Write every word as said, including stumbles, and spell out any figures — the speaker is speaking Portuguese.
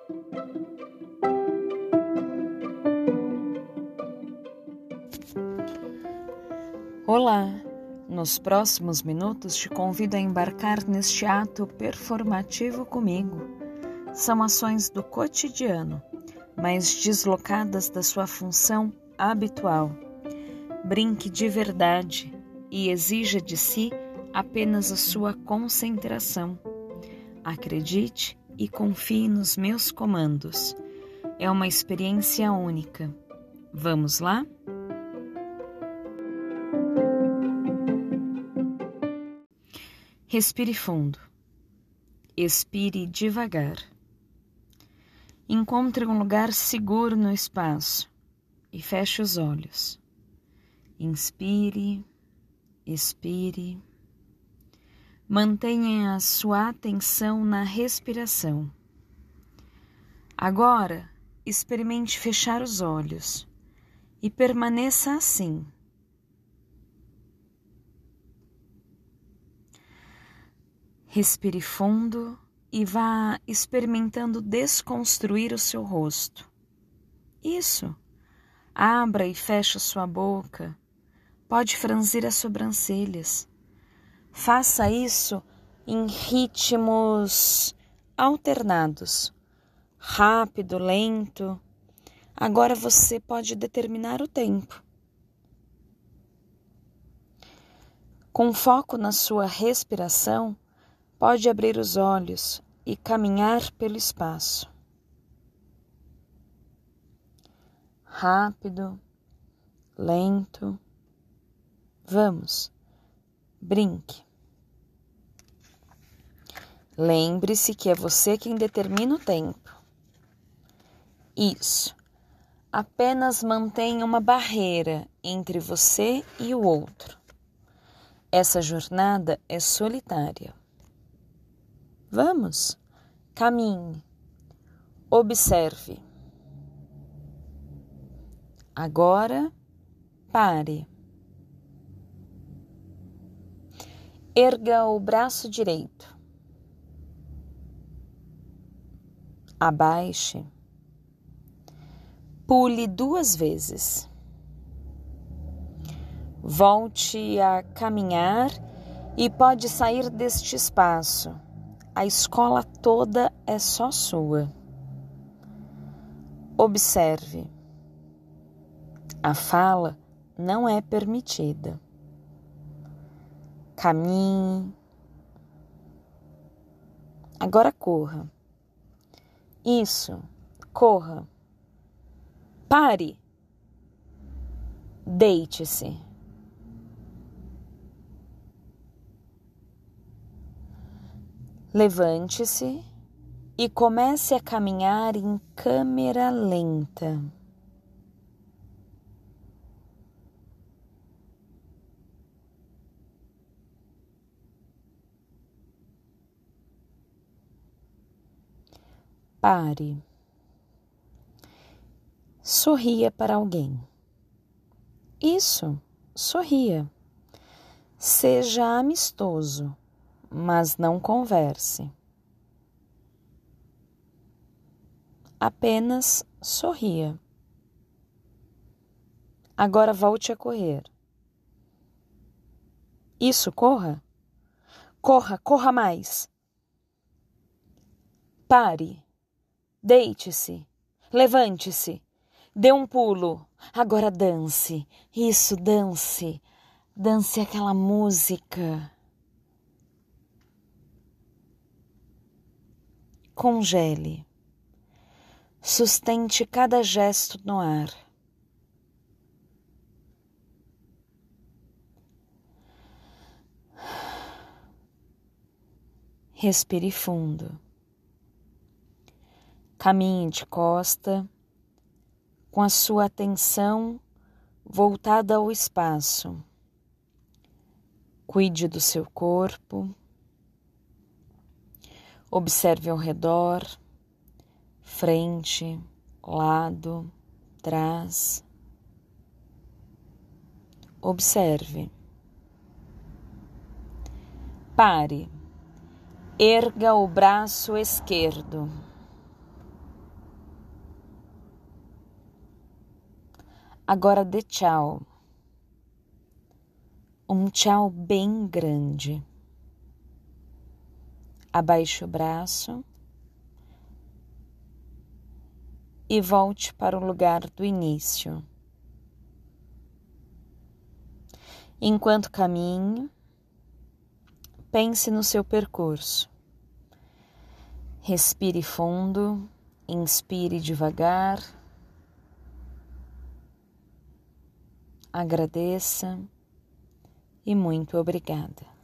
Olá! Nos próximos minutos te convido a embarcar neste ato performativo comigo. São ações do cotidiano, mas deslocadas da sua função habitual. Brinque de verdade e exija de si apenas a sua concentração. Acredite e confie nos meus comandos. É uma experiência única. Vamos lá? Respire fundo. Expire devagar. Encontre um lugar seguro no espaço e feche os olhos. Inspire, expire. Mantenha a sua atenção na respiração. Agora, experimente fechar os olhos e permaneça assim. Respire fundo e vá experimentando desconstruir o seu rosto. Isso. Abra e feche sua boca. Pode franzir as sobrancelhas. Faça isso em ritmos alternados. Rápido, lento. Agora você pode determinar o tempo. Com foco na sua respiração, pode abrir os olhos e caminhar pelo espaço. Rápido, lento. Vamos, brinque. Lembre-se que é você quem determina o tempo. Isso. Apenas mantenha uma barreira entre você e o outro. Essa jornada é solitária. Vamos, caminhe, observe. Agora, pare. Erga o braço direito. Abaixe. Pule duas vezes. Volte a caminhar e pode sair deste espaço. A escola toda é só sua. Observe. A fala não é permitida. Caminhe. Agora corra. Isso, corra. Pare. Deite-se. Levante-se e comece a caminhar em câmera lenta. Pare. Sorria para alguém. Isso, sorria. Seja amistoso, mas não converse. Apenas sorria. Agora volte a correr. Isso, corra. Corra, corra mais. Pare. Deite-se. Levante-se. Dê um pulo. Agora dance. Isso, dance. Dance aquela música. Congele. Sustente cada gesto no ar. Respire fundo. Caminhe de costa, com a sua atenção voltada ao espaço. Cuide do seu corpo. Observe ao redor, frente, lado, trás. Observe. Pare. Erga o braço esquerdo. Agora dê tchau. Um tchau bem grande. Abaixe o braço e volte para o lugar do início. Enquanto caminho, pense no seu percurso. Respire fundo, inspire devagar, agradeça e muito obrigada.